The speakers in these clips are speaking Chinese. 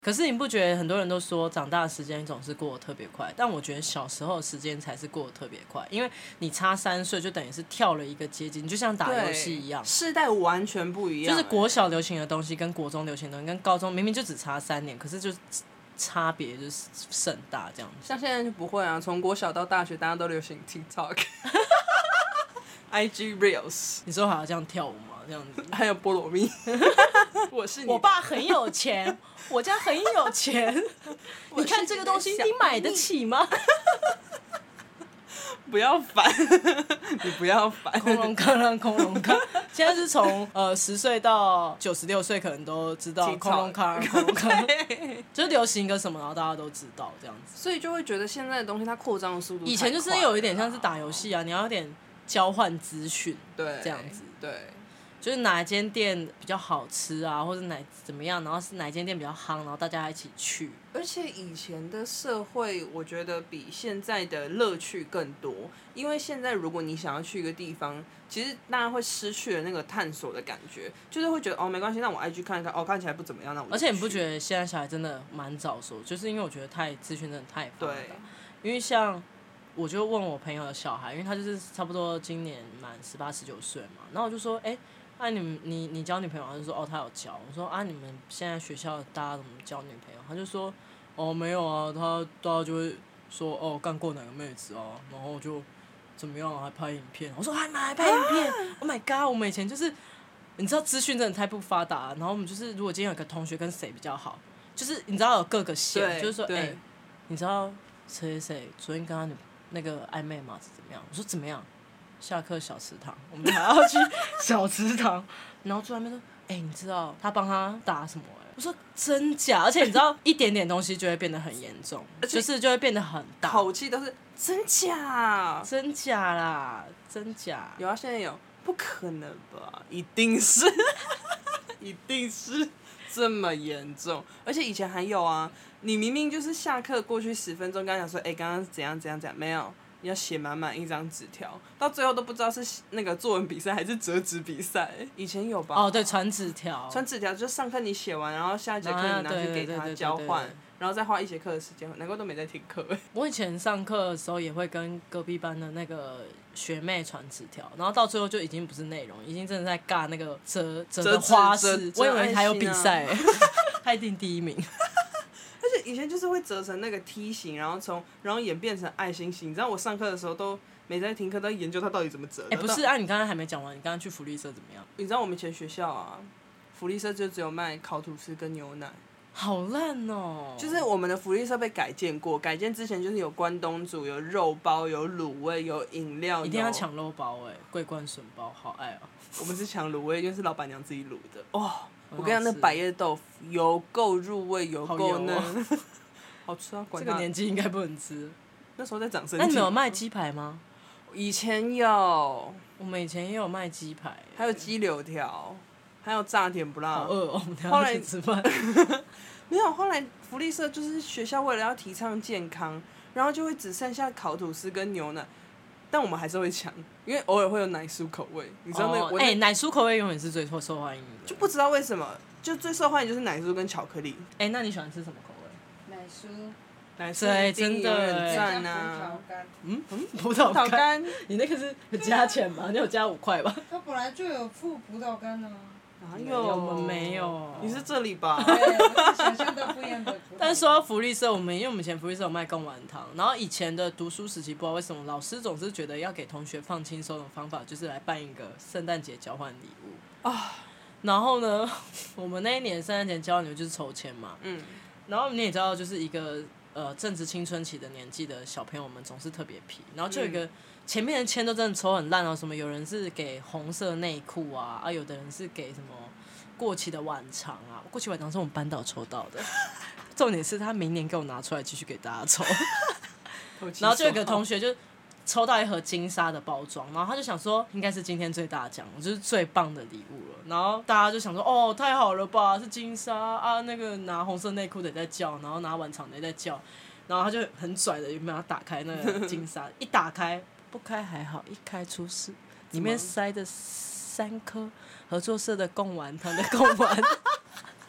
可是你不觉得很多人都说长大的时间总是过得特别快？但我觉得小时候的时间才是过得特别快，因为你差3岁就等于是跳了一个阶级，你就像打游戏一样， 世代完全不一样。 就是国小流行的东西跟国中流行的东西跟高中明明就只差3年，可是就差别就是甚大这样子。 像现在就不会啊，从国小到大学，大家都流行 TikTok、IG Reels。 你说还要这样跳舞吗？这样子， 还有菠萝蜜。我爸很有钱，我家很有钱。你看这个东西，你买得起吗？ 不要烦，你不要烦。 空龙康，空龙康。现在是从10岁到96岁，可能都知道空龙康，空龙康，就流行一个什么，然后大家都知道这样子。 所以就会觉得现在的东西它扩张的速度太快了。 以前就是有一点像是打游戏啊，你要有点交换资讯， 对， 这样子， 对。 就是哪一间店比较好吃啊，或者怎么样，然后是哪一间店比较夯，然后大家一起去。 而且以前的社会，我觉得比现在的乐趣更多。因为现在如果你想要去一个地方，其实大家会失去了那个探索的感觉，就是会觉得哦没关系，那我 IG 看一看，哦看起来不怎么样，那我就去。 而且你不觉得现在小孩真的蛮早熟？就是因为我觉得资讯真的太发达。因为像我就问我朋友的小孩，因为他就是差不多今年满18、19岁嘛，然后我就说，你交女朋友？他就说他有交。我说你们现在学校大家怎么交女朋友？他就说没有啊，大家就会说干过哪个妹子啊，然后就怎么样还拍影片。我说你们还拍影片？Oh my god！ 我们以前就是你知道资讯真的太不发达了，然后我们就是如果今天有个同学跟谁比较好，就是你知道有各个线，就是说你知道谁昨天跟他那个暧昧吗？是怎么样？我说怎么样？下课小池塘，我们还要去小池塘，然后坐在那边说，你知道他帮他打什么？我说真假，而且你知道一点点东西就会变得很严重，就是就会变得很大， 口气都是真假， 真假啦，真假。 有啊，现在有，不可能吧？一定是，一定是这么严重。而且以前还有啊，你明明就是下课过去10分钟，跟他讲说，刚刚怎样怎样怎样，没有。你要写满满一张纸条，到最后都不知道是那个作文比赛还是折纸比赛。以前有吧？ 对，传纸条。 传纸条就是上课你写完，然后下一节课你拿去给他交换，然后再花1节课的时间。难怪都没在听课。 我以前上课的时候也会跟隔壁班的那个学妹传纸条，然后到最后就已经不是内容，已经真的在尬那个折的花式。我以为还有比赛，他一定第1名。 而且以前就是会折成那个梯形，然后演变成爱心形。你知道我上课的时候都没在听课，都在研究它到底怎么折。 不是你刚刚还没讲完，你刚刚去福利社怎么样？ 你知道我们以前学校啊，福利社就只有卖烤吐司跟牛奶。 好烂哦！ 就是我们的福利社被改建过，改建之前就是有关东煮、有肉包、有卤味、有饮料。 一定要抢肉包桂冠笋包，好爱哦！ 我们是抢卤味，因为是老板娘自己卤的我跟你讲，那百叶豆腐有够入味，有够嫩，好吃啊！ 这个年纪应该不能吃。 那时候在长身体。 那你们有卖鸡排吗？ 以前有， 我们以前也有卖鸡排， 还有鸡柳条，还有炸甜不辣。 好饿哦！ 后来吃饭。 没有，后来福利社就是学校为了要提倡健康，然后就会只剩下烤吐司跟牛奶。但我们还是会抢，因为偶尔会有奶酥口味，你知道那个？ 奶酥口味永远是最受欢迎的。 就不知道为什么，就最受欢迎就是奶酥跟巧克力。 那你喜欢吃什么口味？ 奶酥真的很赞啊！ 葡萄干， 你那个是加钱吗？你有加5块吧？ 它本来就有附葡萄干啊。 哪有？ 我们没有。 你是这里吧？ 对，我是想象到不一样的。 但说到福利社，因为我们以前福利社有卖贡丸汤，然后以前的读书时期，不知道为什么老师总是觉得要给同学放轻松的方法，就是来办一个圣诞节交换礼物啊。然后呢，我们那一年圣诞节交换礼物就是抽签嘛，然后你也知道，就是一个正值青春期的年纪的小朋友们总是特别皮，然后就有一个前面的签都真的抽很烂哦，什么有人是给红色内裤啊，有的人是给什么过期的晚肠啊，过期晚肠是我们班导抽到的，重点是他明年给我拿出来继续给大家抽，然后就有一个同学就抽到一盒金沙的包装，然后他就想说应该是今天最大奖，就是最棒的礼物了，然后大家就想说太好了吧，是金沙啊，那个拿红色内裤的也在叫，然后拿晚肠的也在叫，然后他就很拽的把它打开那个金沙一打开不开还好，一开出事，里面塞的3颗合作社的贡丸汤的贡丸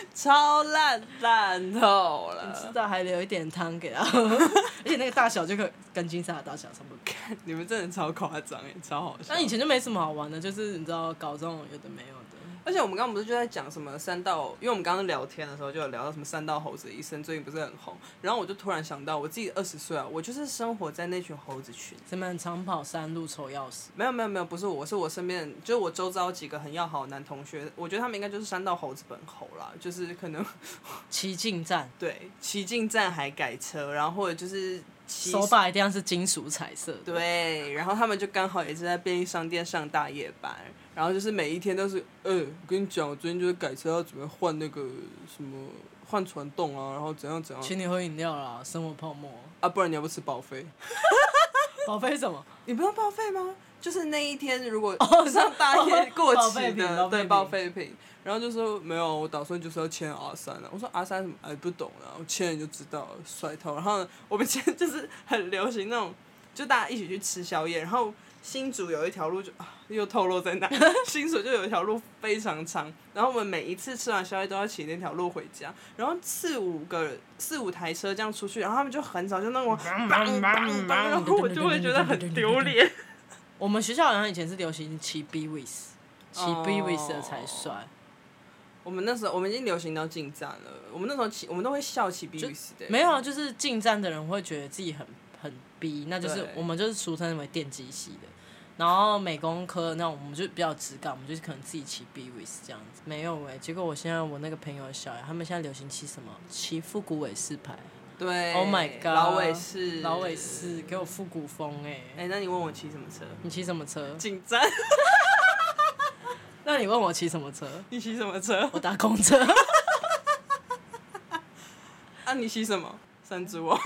超烂透了。 知道还留一点汤给他喝，而且那个大小就跟金沙的大小差不多。 你们真的超夸张超好笑。 但以前就没什么好玩的，就是你知道搞这种有的没有的。 而且我们刚刚不是就在讲什么山道，因为我们刚刚聊天的时候就有聊到什么山道猴子医生最近不是很红，然后我就突然想到我自己20岁啊，我就是生活在那群猴子群。 什么长跑山路抽钥匙？ 没有，不是我，是我身边就是我周遭几个很要好的男同学，我觉得他们应该就是山道猴子本猴啦，就是可能骑进站， 对，骑进站还改车，然后或者就是手把一定要是金属彩色的。 对，然后他们就刚好也是在便利商店上大夜班，然后就是每一天都是，我跟你讲，我最近就是改车要准备换那个什么换传动啊，然后怎样， 请你喝饮料啦，生活泡沫啊，不然你要不吃保费？ 保费什么？ 你不用报废吗？就是那一天如果上大夜过期的，对，报废品。然后就说没有，我打算就是要签R3啊。我说R3什么？不懂啊，我签了就知道了，甩头。然后我们现在就是很流行那种，就大家一起去吃宵夜。然后新竹有一条路又透露在哪？新竹就有一条路非常长，然后我们每一次吃完宵夜都要骑那条路回家。然后四五台车这样出去，然后他们就很少就那种然后我就会觉得很丢脸。 我们学校好像以前是流行骑 B-Wiz， 骑 B-Wiz 的才帅。 我们那时候已经流行到进站了，我们那时候我们都会笑骑 B-Wiz 的。 没有啊，就是进站的人会觉得自己很逼，那就是我们就是俗称为电机系的。然后美工科那种我们就比较直感，我们就是可能自己骑 B-Wiz 这样子。没有结果我那个朋友的小孩，他们现在流行骑什么？骑复古韦氏牌。 对 ，Oh my god， 老韦氏， 给我复古风那你问我骑什么车？ 你骑什么车？ 进站。 那你问我骑什么车？ 你骑什么车？ 我搭公车。 啊，你骑什么？山猪哦。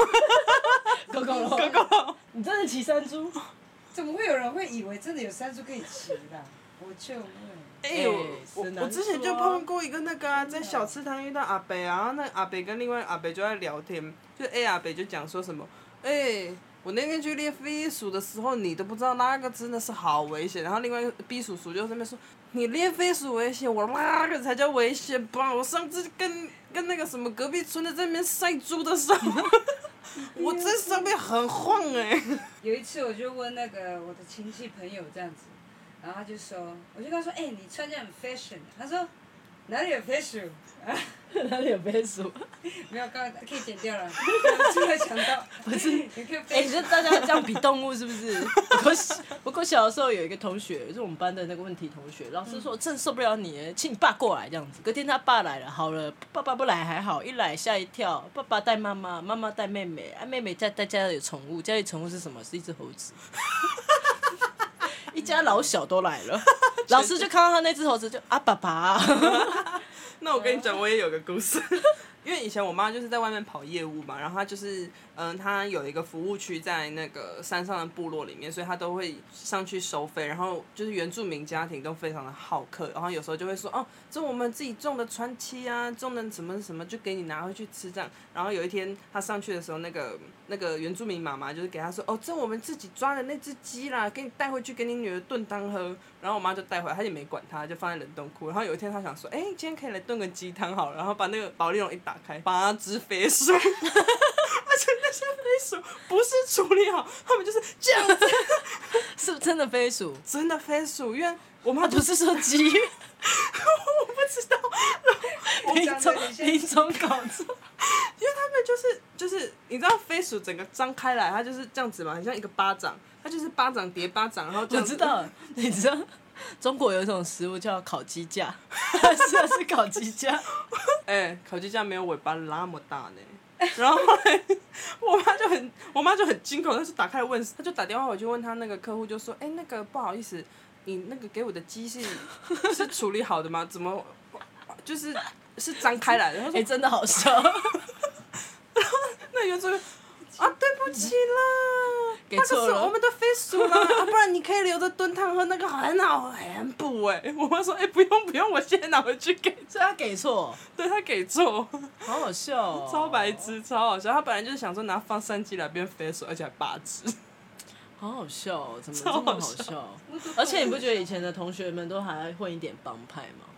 狗，你真的骑山猪？ 怎么会有人会以为真的有山猪可以骑啦？我就问。 我之前就碰过一个那个啊，在小吃摊遇到阿伯啊，然后那个阿伯跟另外阿伯就在聊天，就阿伯就讲说什么，我那天去练飞鼠的时候，你都不知道那个真的是好危险。然后另外一个 B 叔叔就在那边说，你练飞鼠危险，我那个才叫危险吧！我上次跟那个什么隔壁村的在那边晒猪的时候，我在上面很晃有一次我就问那个我的亲戚朋友这样子，然后他就说，我就跟他说，你穿这样很 fashion。他说哪里有飞鼠？ 哪里有飞鼠？ 没有，刚刚可以剪掉了。 突然想到， 不是，你说大家这样比动物是不是？我小的时候有一个同学，就是我们班的那个问题同学，老师说我真受不了你，请你爸过来这样子。隔天他爸来了，好了，爸爸不来还好，一来吓一跳，爸爸带妈妈，妈妈带妹妹，妹妹在家里有宠物，家里宠物是什么？是一只猴子。一家老小都来了，老师就看到他那只猴子就爸爸。 那我跟你讲，我也有个故事。因为以前我妈就是在外面跑业务嘛，然后她就是她有一个服务区在那个山上的部落里面，所以她都会上去收费，然后就是原住民家庭都非常的好客，然后有时候就会说这我们自己种的川七啊，种的什么什么就给你拿回去吃这样。然后有一天她上去的时候，那个原住民妈妈就是给她说这我们自己抓的那只鸡啦，给你带回去给你女儿炖汤喝。然后我妈就带回来，她也没管她，就放在冷冻库。然后有一天她想说今天可以来炖个鸡汤好了，然后把那个保丽龙一打开，8只飞鼠，而且那些飞鼠不是处理好，他们就是这样子。 是真的飞鼠？ 真的飞鼠，因为我妈不是说鸡。 我不知道， 品种搞错。 因为他们就是你知道飞鼠整个张开来，它就是这样子嘛，很像一个巴掌，它就是巴掌叠巴掌，然后这样子。 我知道，你知道中国有一种食物叫烤鸡架，是烤鸡架。 烤鸡架没有尾巴那么大呢。然后后来我妈就很惊恐，她就打开问，她就打电话回去问她那个客户，就说那个不好意思，你那个给我的鸡是处理好的吗？怎么是张开来的？她说真的好笑。 然后那原主人对不起啦， 给错了， 那个是我们的飞鼠啦，不然你可以留着炖汤喝，那个很好很补我妈说不用，我现在拿回去给。 所以他给错， 对，他给错， 好好笑哦， 超白痴，超好笑。他本来就是想说拿放3鸡来变飞鼠，而且还8只。 好好笑怎么这么好笑？而且你不觉得以前的同学们都还混一点帮派吗？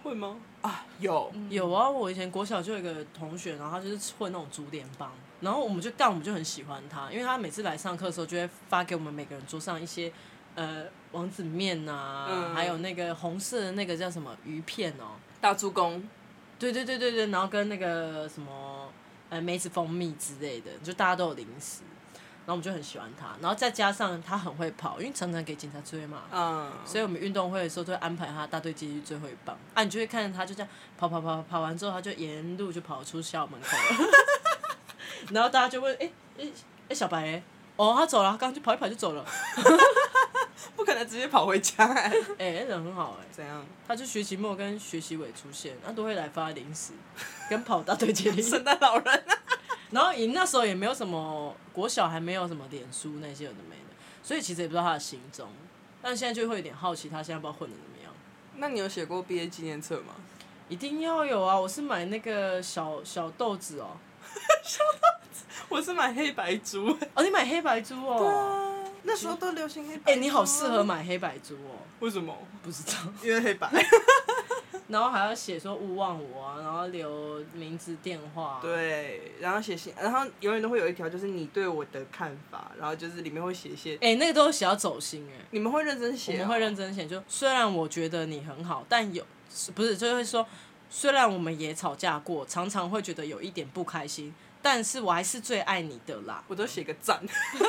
会吗？啊，有有啊，我以前国小就有一个同学，然后他就是混那种竹联帮，然后我们就很喜欢他，因为他每次来上课的时候就会发给我们每个人桌上一些王子面啊，还有那个红色的那个叫什么鱼片哦， 大猪公， 对，然后跟那个什么梅子蜂蜜之类的，就大家都有零食。然后我们就很喜欢他，然后再加上他很会跑，因为常常给警察追嘛，所以我们运动会的时候都会安排他大队接力最后一棒，你就会看着他就这样跑完之后，他就沿路就跑出校门口了，然后大家就问，小白他走了，他刚刚就跑一跑就走了， 不可能直接跑回家人很好怎样？ 他就学期末跟学期尾出现，他都会来发零食，跟跑大队接力， 圣诞老人然后那时候也没有什么国小，还没有什么脸书那些有的没的，所以其实也不知道他的行踪。但现在就会有点好奇，他现在不知道混得怎么样。 那你有写过毕业纪念册吗？ 一定要有啊！我是买那个小豆子哦。 小豆子，我是买黑白猪。 哦，你买黑白猪哦？ 对啊，那时候都流行黑白猪。 你好适合买黑白猪哦。 为什么？ 不知道。 因为黑白。 然后还要写说勿忘我啊，然后留名字电话。 对，然后写信，然后永远都会有一条就是你对我的看法，然后就是里面会写一些。 那个都写到走心你们会认真写？ 我们会认真写，就虽然我觉得你很好，但不是就会说，虽然我们也吵架过，常常会觉得有一点不开心，但是我还是最爱你的啦。 我都写个赞。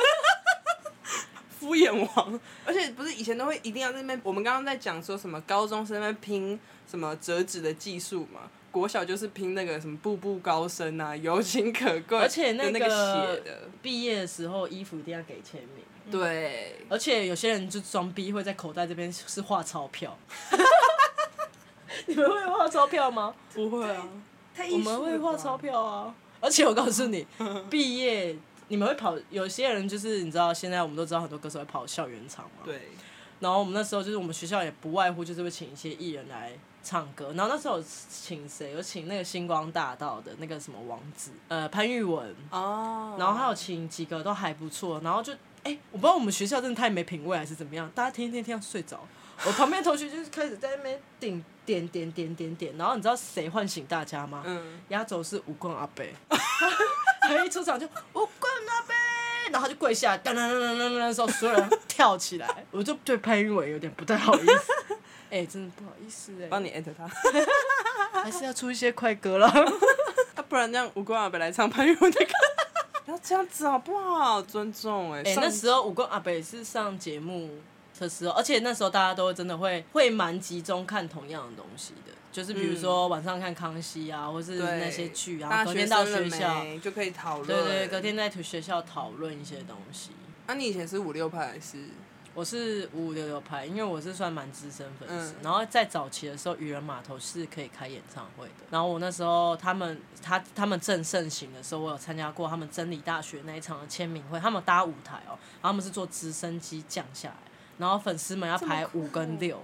敷衍王，而且不是以前都会一定要在那边，我们刚刚在讲说什么高中生在那边拼什么折纸的技术嘛，国小就是拼那个什么步步高升啊，友情可贵， 而且那个写的毕业的时候衣服一定要给签名， 对， 而且有些人就装逼会在口袋这边是画钞票，你们会画钞票吗？ 不会啊， 我们会画钞票啊，而且我告诉你，毕业。你们会跑？有些人就是你知道，现在我们都知道很多歌手会跑校园场嘛。 对。 然后我们那时候就是我们学校也不外乎就是会请一些艺人来唱歌。然后那时候有请谁？有请那个星光大道的那个什么王子，潘裕文。哦。然后还有请几个都还不错。然后就我不知道我们学校真的太没品味还是怎么样，大家听到睡着。我旁边同学就是开始在那边点，然后你知道谁唤醒大家吗？压轴是武棍阿伯。他一出场就武棍阿伯，然后他就跪下来，噔的时候，所有人跳起来，我就对潘裕文有点不太好意思。真的不好意思帮你 at 他， 还是要出一些快歌了。 不然这样武棍阿伯来唱潘裕文的歌，不要这样子好不好？尊重那时候武棍阿伯也是上节目的时候，而且那时候大家都真的会蛮集中看同样的东西的。就是比如说晚上看康熙啊，或是那些剧啊，隔天到学校就可以讨论。 对，隔天在学校讨论一些东西。 你以前是56派还是？ 我是5566派，因为我是算蛮资深粉丝。然后在早期的时候，渔人码头是可以开演唱会的。然后我那时候他们正盛行的时候，我有参加过他们真理大学那一场的签名会。他们搭舞台然后他们是坐直升机降下来，然后粉丝们要排5跟6。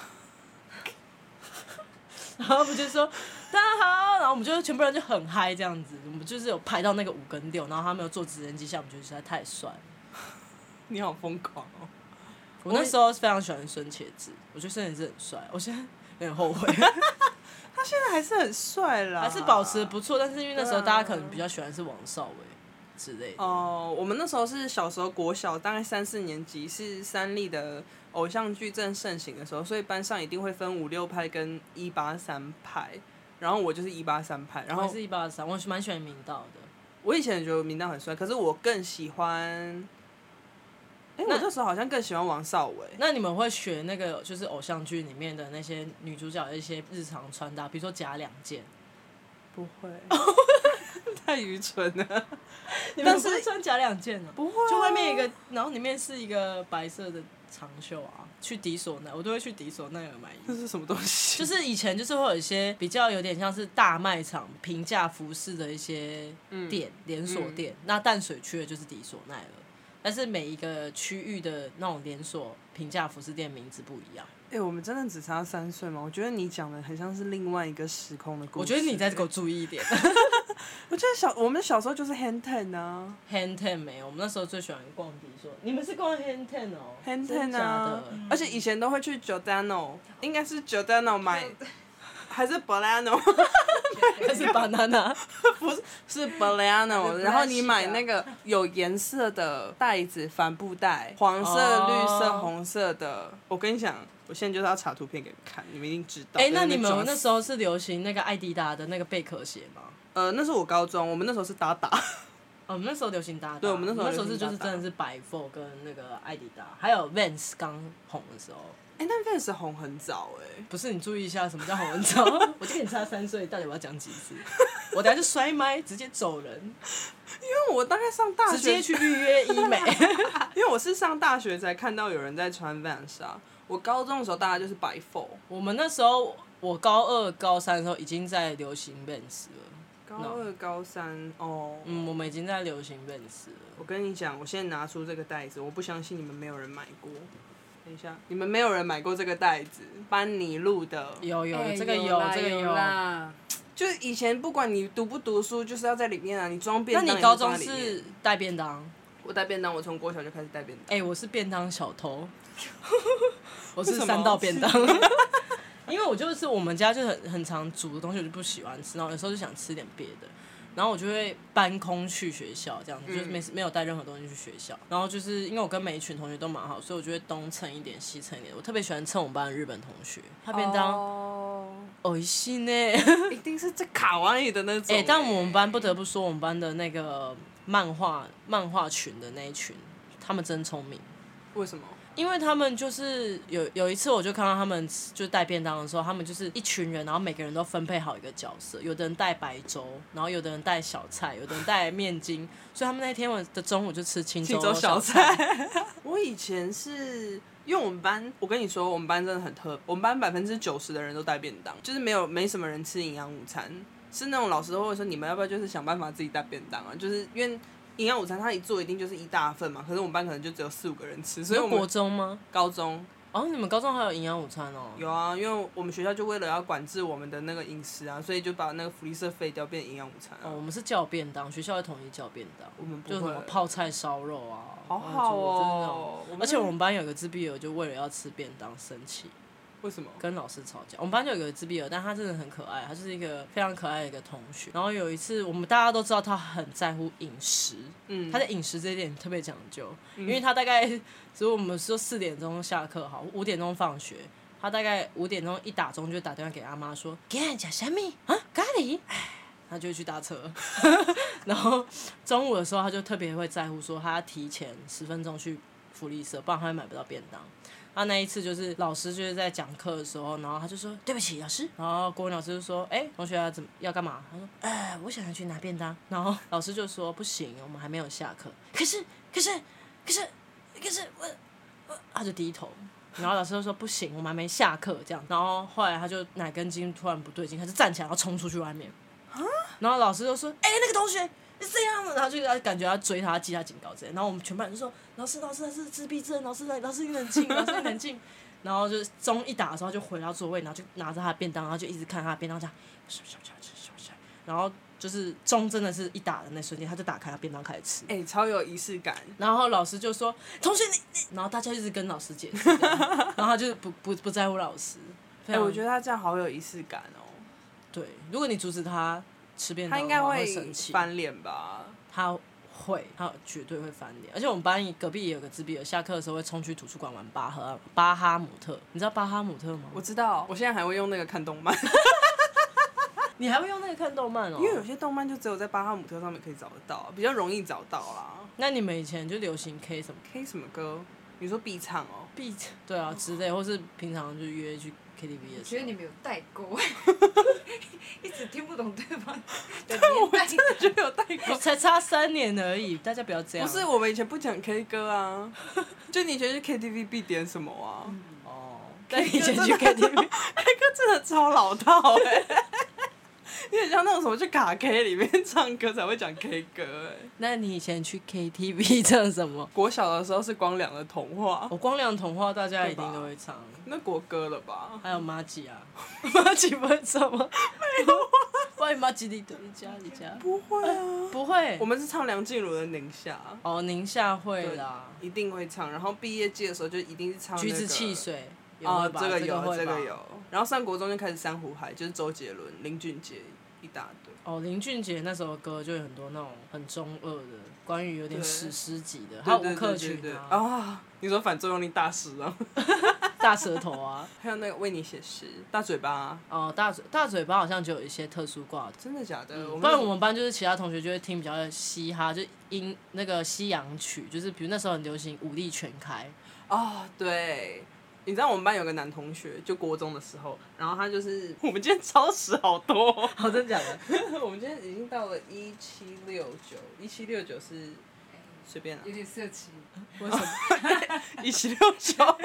然后我们就说大家好，然后我们就全部人就很嗨这样子，我们就是有排到那个5跟6，然后他们有坐直升机下，我们觉得实在太帅了。 你好疯狂哦！ 我那时候非常喜欢孙茄子，我觉得孙茄子很帅，我现在有点后悔。 他现在还是很帅啦， 还是保持得不错，但是因为那时候大家可能比较喜欢是王少伟之类的。 我们那时候是小时候国小，大概3、4年级是三立的偶像剧正盛行的时候，所以班上一定会分56派跟183派，然后我就是183派，然后我是183，我蛮喜欢明道的。 我以前觉得明道很帅，可是我更喜欢。我那时候好像更喜欢王少伟。 那你们会学那个就是偶像剧里面的那些女主角的一些日常穿搭，比如说夹2件？ 不会，太愚蠢了。 你们不会穿夹2件不会、 就外面一个，然后里面是一个白色的长袖啊。去迪索奈，我都会去迪索奈尔买衣服。 这是什么东西？ 就是以前就是会有一些比较有点像是大卖场平价服饰的一些店，连锁店。那淡水区的就是迪索奈尔。但是每一个区域的那种连锁平价服饰店名字不一样。 我们真的只差3岁吗？我觉得你讲的很像是另外一个时空的故事。 我觉得你再给我注意一点。 我觉得我们小时候就是 Hand Ten 啊 ，Hand Ten 没有，我们那时候最喜欢逛迪索。你们是逛 Hand Ten 哦 ？Hand Ten 啊，而且以前都会去 Giordano， 应该是 Giordano 买。 还是 Bolano， 还是 banana？ 不是，是 Bolano。然后你买那个有颜色的袋子，帆布袋，黄色、绿色、红色的。我跟你讲，我现在就是要查图片给你们看，你们一定知道。 那你们那时候是流行那个艾迪达的那个贝壳鞋吗？ 那是我高中，我们那时候是达达。 我们那时候流行达达， 对，我们那时候是就是真的是百货跟那个艾迪达，还有 Vans 刚红的时候。 那 Vans 红很早不是，你注意一下什么叫红很早？我就跟你差3岁，到底我要讲几次？我等下就摔麦，直接走人。 因为我大概上大学， 直接去预约医美。 因为我是上大学才看到有人在穿 Vans 啊。我高中的时候大概就是百货。 我们那时候，我高2、高3的时候已经在流行 Vans 了。 高2、高3哦。 我们已经在流行 Vans 了。 我跟你讲，我现在拿出这个袋子，我不相信你们没有人买过。等一下，你们没有人买过这个袋子，班尼路的。 有这个有这个有。 就是以前不管你读不读书，就是要在里面啊，你装便当。 那你高中是带便当？ 我带便当，我从国小就开始带便当。 我是便当小偷。我是3道便当。因为我就是我们家就很常煮的东西，我就不喜欢吃，然后有时候就想吃点别的。然后我就会搬空去学校，这样子就是没有带任何东西去学校。然后就是因为我跟每一群同学都蛮好，所以我就会东蹭一点西蹭一点。我特别喜欢蹭我们班的日本同学，他便当美味しいね， 一定是在卡哇伊的那种。 但我们班不得不说，我们班的那个漫画群的那一群，他们真聪明。 为什么？ 因为他们就是有一次，我就看到他们就带便当的时候，他们就是一群人，然后每个人都分配好一个角色，有的人带白粥，然后有的人带小菜，有的人带面筋，所以他们那天的中午就吃清粥小菜。 我以前是因为我们班，我跟你说，我们班真的很特别，我们班90%的人都带便当，就是没什么人吃营养午餐，是那种老师都会说你们要不要就是想办法自己带便当啊，就是因为。营养午餐它一做一定就是一大份嘛，可是我们班可能就只有4、5个人吃，所以我们国中吗？ 高中。 你们高中还有营养午餐哦？ 有啊，因为我们学校就为了要管制我们的那个饮食啊，所以就把那个福利社废掉，变营养午餐啊。 我们是叫便当，学校会统一叫便当。 我们不会。 就什么泡菜烧肉啊， 好好哦。 而且我们班有个自闭儿，就为了要吃便当生气。 为什么？跟老师吵架。我们班就有个自闭儿，但他真的很可爱，他就是一个非常可爱的一个同学。然后有一次，我们大家都知道他很在乎饮食，他在饮食这一点特别讲究，因为他大概，所以我们说4点钟下课，好，5点钟放学，他大概5点钟一打钟就打电话给阿妈说，今天吃什么啊？咖喱？他就会去搭车。然后中午的时候，他就特别会在乎说，他要提前10分钟去福利社，不然他会买不到便当。他那一次就是老师就是在讲课的时候，然后他就说对不起老师，然后国文老师就说同学要干嘛？他说我想要去拿便当，然后老师就说不行，我们还没有下课。可是我他就低头，然后老师就说不行，我们还没下课这样。然后后来他就哪根筋突然不对劲，他就站起来然后冲出去外面。然后老师就说那个同学是这样的，然后就感觉要追他记他警告之类。然后我们全班人就说老师他是自闭症，老师你冷静，老师你冷静。然后就钟一打的时候就回到座位，然后就拿着他的便当，然后就一直看他的便当这样，然后就是钟真的是一打的那瞬间，他就打开他便当开始吃， 超有仪式感。 然后老师就说同学你，然后大家一直跟老师解释，然后他就不在乎老师。 我觉得他这样好有仪式感哦。 对，如果你阻止他吃便当， 他应该会生气翻脸吧？ 他绝对会翻脸。而且我们班隔壁也有个自闭儿，下课的时候会冲去图书馆玩巴哈姆特。你知道巴哈姆特吗？ 我知道，我现在还会用那个看动漫。 你还会用那个看动漫哦？ 因为有些动漫就只有在巴哈姆特上面可以找得到，比较容易找到啦。 那你们以前就流行 K 什么 ？K 什么歌？你说必唱哦？ 对啊之类，或是平常就约去 KTV 的时候。 我觉得你们有代沟，一直听不懂对方的我们真的觉得有代沟， 才差3年而已，大家不要这样。 不是，我们以前不讲 K 歌啊，就你以前去 KTV 必点什么啊？ 但你以前去 KTV，K 歌真的超老套有点像那种什么去卡 K 里面唱歌才会讲 K 歌那你以前去 KTV 唱什么？ 国小的时候是光良的童话。 光良童话大家一定都会唱。 那国歌了吧？ 还有马吉啊，马吉不会唱吗？没有啊。欢迎马吉的家里家。 不会啊。 不会。 我们是唱梁静茹的《宁夏》。 宁夏会啦。 一定会唱，然后毕业季的时候就一定是唱、那個、 橘子汽水。 哦， 吧？ 这个有， 会吧这个有。然后上国中就开始珊瑚海，就是周杰伦、林俊杰一大堆。 哦，林俊杰那首歌就有很多那种很中二的，关于有点对史诗级的，还有吴克群啊。你说反作用力大师啊？ 大舌头啊， 还有那个为你写诗，大嘴巴啊。 哦，大嘴巴好像就有一些特殊挂的。 真的假的？ 不然我们班就是其他同学就会听比较嘻哈，就那个西洋曲，就是比如那时候很流行武力全开。 哦，对。你知道我们班有个男同学，就国中的时候，然后他就是我们今天超时好多、 哦，真的假的？ 我们今天已经到了1769是随便啊， 有点色情。 为什么 1769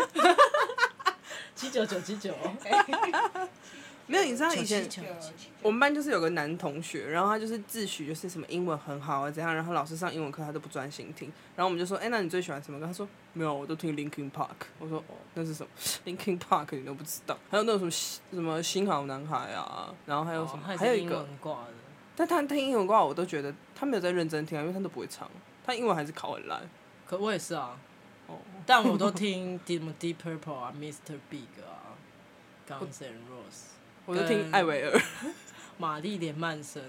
799？ 没有，你知道以前 979 我们班就是有个男同学，然后他就是自诩就是什么英文很好啊怎样，然后老师上英文课他都不专心听，然后我们就说，那你最喜欢什么歌？他说没有，我都听 Linkin Park。我说那是什么？Linkin Park 你都不知道？还有那种什么新好男孩啊，然后还有什么？还有一个，但他听英文歌我都觉得他没有在认真听啊，因为他都不会唱，他英文还是考很烂。 可我也是啊，但我都听 Deep Purple 啊 ，Mr. Big 啊 ，Guns N' Roses。 我就听艾薇儿、 玛丽莲曼森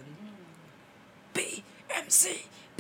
，BMC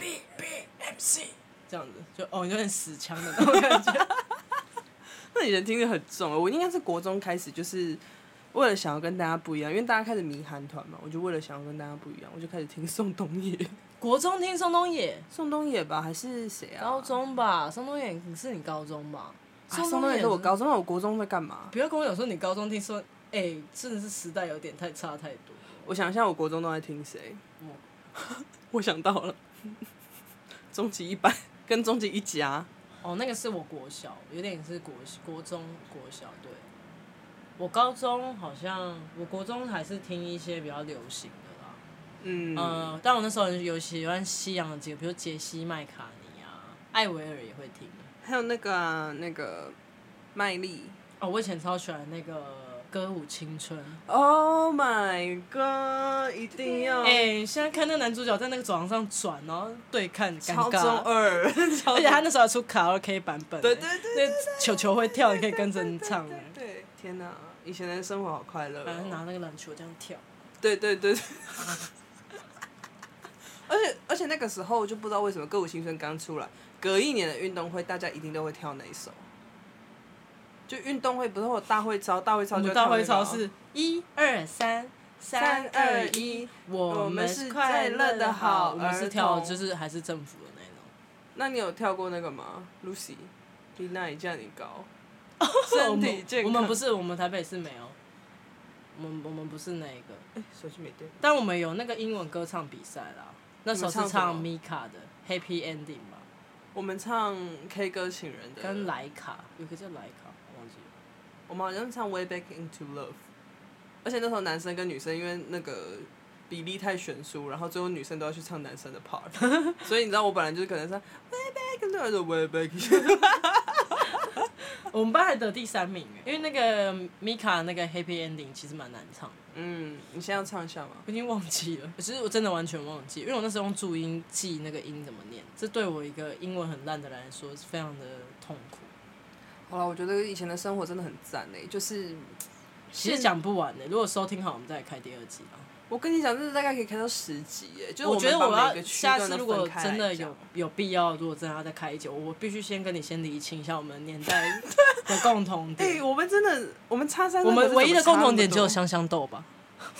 这样子，就有点死腔的那种感觉。 那你人听得很重，我应该是国中开始，就是为了想要跟大家不一样，因为大家开始迷韩团嘛，我就为了想要跟大家不一样，我就开始听宋冬野。 国中听宋冬野？ 宋冬野吧，还是谁啊？ 高中吧，宋冬野是你高中吧？ 宋冬野是我高中，那我国中在干嘛？ 不要跟我讲说你高中听说。真的是时代有点差太多。 我想一下，我国中都在听谁？我想到了，终极一班跟终极一家。 哦，那个是我国小，有点是国中国小。对，我高中好像，我国中还是听一些比较流行的啦。但我那时候有喜欢西洋的几个，比如杰西麦卡尼啊，艾薇儿也会听。 还有那个麦莉。 哦，我以前超喜欢那个。歌舞青春 ，Oh my god， 一定要！ 现在看那个男主角在那个走廊上转，然后对看，尴尬。 超中二， 而且他那时候还出卡拉 OK 版本， 对， 那球球会跳，你可以跟着唱。 对，天哪，以前的生活好快乐。 反正拿那个篮球这样跳。 对。而且那个时候就不知道为什么歌舞青春刚出来，隔一年的运动会，大家一定都会跳那一首。就运动会不是会有大会操，大会操就大会操是1、2、3、3、2、1，我们是快乐的好儿童。我们是跳就是还是政府的那种。 那你有跳过那个吗 ？Lucy， 丽娜也叫你高，身体健康。 我们不是，我们台北市没有。我们不是那个。 手机没电。 但我们有那个英文歌唱比赛啦，那时候是唱 Mika 的 Happy Ending 吧。 我们唱 K 歌情人的。 跟莱卡，有个叫莱卡。 我们好像唱 Way Back Into Love， 而且那时候男生跟女生因为那个比例太悬殊，然后最后女生都要去唱男生的 part， 所以你知道我本来就是可能唱 Way Back Into Love Way Back。 我们班还得第3名因为那个 Mika 那个 Happy Ending 其实蛮难唱的。 你现在要唱一下吗？ 我已经忘记了，其实我真的完全忘记，因为我那时候用注音记那个音怎么念，这对我一个英文很烂的人来说是非常的痛苦。 好了，我觉得以前的生活真的很赞就是其实讲不完如果收听好，我们再来开第2集吧。 我跟你讲，这大概可以开到10集就是我觉得我要下次如果真的有必要，如果真的要再开一集，我必须先跟你先厘清一下我们年代的共同点。 我们真的，我们差3， 我们唯一的共同点只有香香豆吧，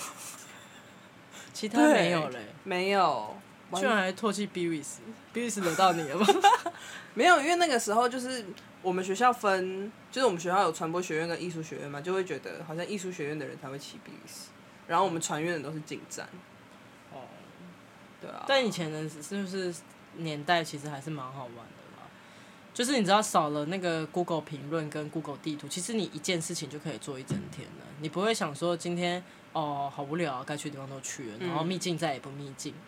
其他没有没有。 居然还唾弃 Beavis 惹到你了吗？ 没有，因为那个时候就是我们学校分，就是我们学校有传播学院跟艺术学院嘛，就会觉得好像艺术学院的人才会骑 Beavis， 然后我们传院的都是进站。对啊。 但以前的是不是年代其实还是蛮好玩的啦？就是你知道少了那个 Google 评论跟 Google 地图，其实你一件事情就可以做一整天了，你不会想说今天好无聊该去的地方都去了，然后秘境再也不秘境。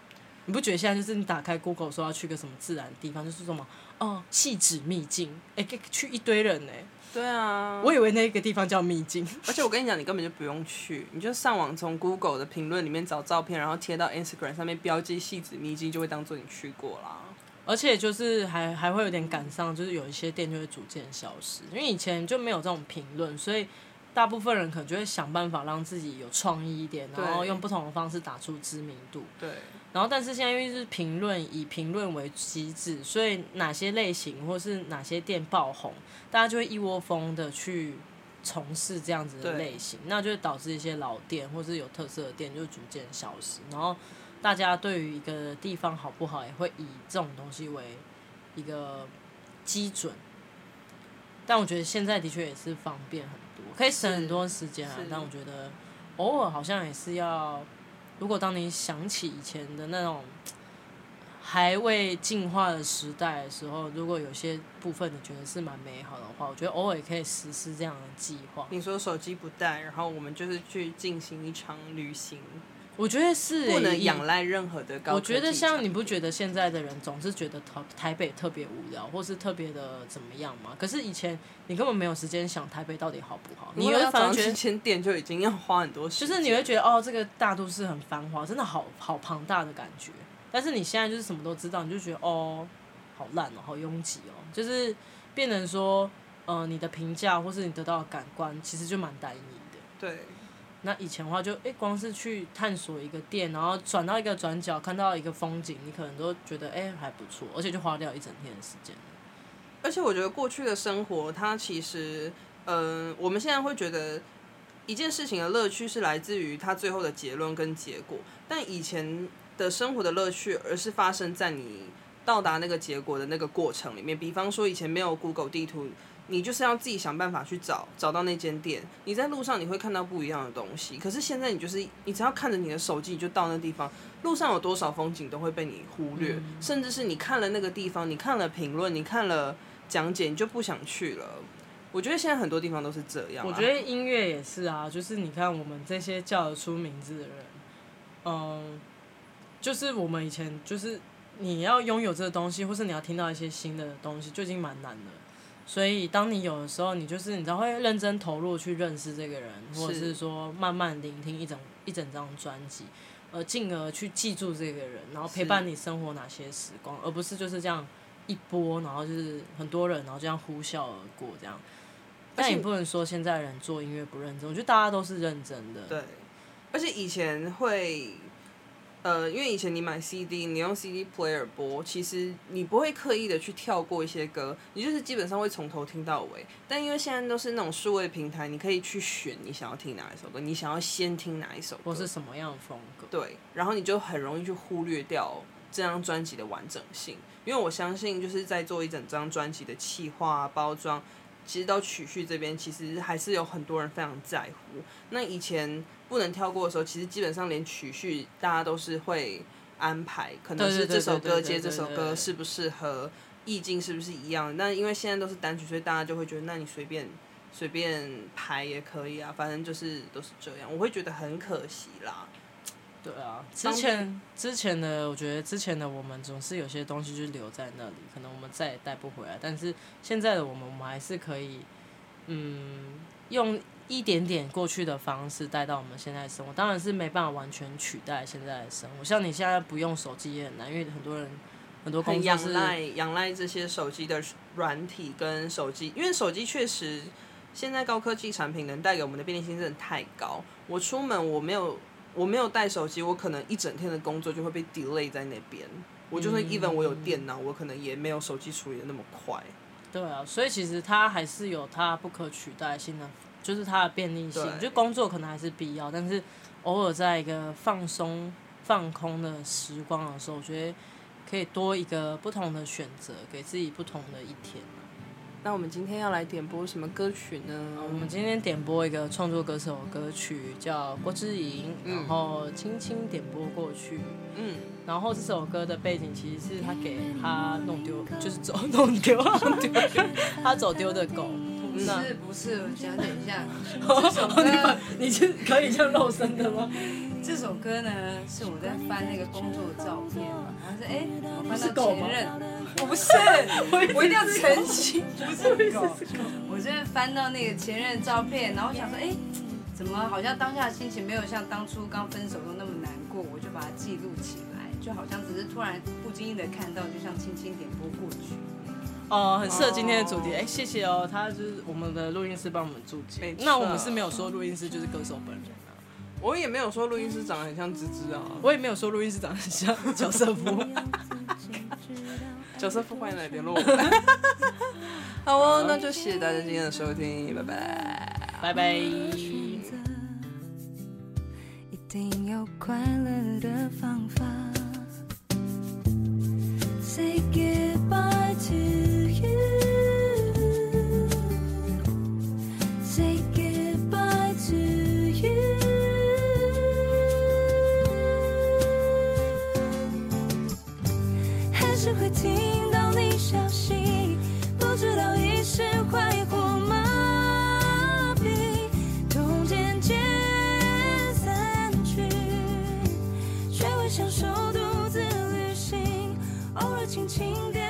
你不觉得现在就是你打开 Google 说要去个什么自然的地方，就是什么细指秘境，去一堆人对啊， 我以为那个地方叫秘境， 而且我跟你讲，你根本就不用去，你就上网从 Google 的评论里面找照片，然后贴到 Instagram 上面标记细指秘境，就会当做你去过啦。 而且就是还会有点赶上，就是有一些店就会逐渐消失，因为以前就没有这种评论，所以大部分人可能就会想办法让自己有创意一点，然后用不同的方式打出知名度。 对。 然后，但是现在因为是以评论为机制，所以哪些类型或是哪些店爆红，大家就会一窝蜂的去从事这样子的类型，那就会导致一些老店或是有特色的店就逐渐消失。然后，大家对于一个地方好不好，也会以这种东西为一个基准。但我觉得现在的确也是方便很多，可以省很多时间啊。但我觉得偶尔好像也是要。如果当你想起以前的那种还未进化的时代的时候，如果有些部分你觉得是蛮美好的话，我觉得偶尔也可以实施这样的计划。 你说手机不带，然后我们就是去进行一场旅行， 我觉得是不能仰赖任何的高科技。 我觉得像你不觉得现在的人总是觉得台北特别无聊，或是特别的怎么样吗？可是以前你根本没有时间想台北到底好不好， 你会反而觉得1000店就已经要花很多时间， 就是你会觉得这个大都市很繁华，真的好庞大的感觉。但是你现在就是什么都知道，你就觉得好烂好拥挤就是变成说你的评价或是你得到的感官其实就蛮单一的。 对。 那以前的话就光是去探索一个店，然后转到一个转角看到一个风景，你可能都觉得还不错，而且就花掉一整天的时间。 而且我觉得过去的生活它其实我们现在会觉得一件事情的乐趣是来自于它最后的结论跟结果，但以前的生活的乐趣而是发生在你到达那个结果的那个过程里面。比方说以前没有 Google 地图，你就是要自己想办法去找到那间店，你在路上你会看到不一样的东西。可是现在你只要看着你的手机，你就到那地方，路上有多少风景都会被你忽略，甚至是你看了那个地方，你看了评论，你看了讲解，你就不想去了。我觉得现在很多地方都是这样。 我觉得音乐也是啊，就是你看我们这些叫得出名字的人，就是我们以前就是你要拥有这个东西，或是你要听到一些新的东西，就已经蛮难的。所以当你有的时候，你就是你知道会认真投入去认识这个人，或者是说慢慢聆听一整张专辑，进而去记住这个人，然后陪伴你生活哪些时光，而不是就是这样一波，然后就是很多人，然后这样呼啸而过这样。但也不能说现在人做音乐不认真，我觉得大家都是认真的。 对，而且以前会。因为以前你买 CD， 你用 CD player 播，其实你不会刻意的去跳过一些歌，你就是基本上会从头听到尾。但因为现在都是那种数位平台，你可以去选你想要听哪一首歌，你想要先听哪一首歌， 或是什么样的风格。 对，然后你就很容易去忽略掉这张专辑的完整性。因为我相信，就是在做一整张专辑的企划、包装，其实到曲序这边，其实还是有很多人非常在乎。那以前不能跳过的时候，其实基本上连曲序大家都是会安排，可能是这首歌接这首歌适不适合，意境是不是一样的。但因为现在都是单曲，所以大家就会觉得，那你随便排也可以啊，反正就是都是这样。我会觉得很可惜啦。 对啊，之前的我觉得之前的我们总是有些东西就留在那里，可能我们再也带不回来。但是现在的我们还是可以，用一点点过去的方式带到我们现在的生活。当然是没办法完全取代现在的生活。像你现在不用手机也很难，因为很多人很多工作是仰赖这些手机的软体跟手机，因为手机确实现在高科技产品能带给我们的便利性真的太高。我出门我没有带手机，我可能一整天的工作就会被 delay 在那边。我就算 even 我有电脑，我可能也没有手机处理的那么快。 对啊，所以其实它还是有它不可取代性的，就是它的便利性。就工作可能还是必要，但是偶尔在一个放松、放空的时光的时候，我觉得可以多一个不同的选择，给自己不同的一天。 那我们今天要来点播什么歌曲呢？ 我们今天点播一个创作歌手的歌曲，叫郭之莹，然后轻轻点播过去。然后这首歌的背景其实是他给他弄丢，就是弄丢他走丢的狗。 不是，我讲等一下，这首歌你是可以这样露身的吗？ 这首歌呢是我在翻那个工作的照片，然后是我翻到前任，我不是，我一定要澄清，不是狗，我是翻到那个前任照片，然后我想说怎么好像当下的心情没有像当初刚分手都那么难过，我就把它记录起来，就好像只是突然不经意的看到，就像轻轻点拨过去。 很适合今天的主题。谢谢哦，他就是我们的录音师帮我们注解。那我们是没有说录音师就是歌手本人啊。 我也没有说录音师长得很像芝芝啊。 我也没有说录音师长得很像角色夫。 角色夫欢迎来联络我。好哦，那就谢谢大家今天的收听，拜拜， 拜拜。 一定有快乐的方法。Say goodbye to you. Say goodbye to you. 还是会听到你消息，不知道已释怀或麻痹，痛渐渐散去，却会享受独自旅行，偶尔轻轻地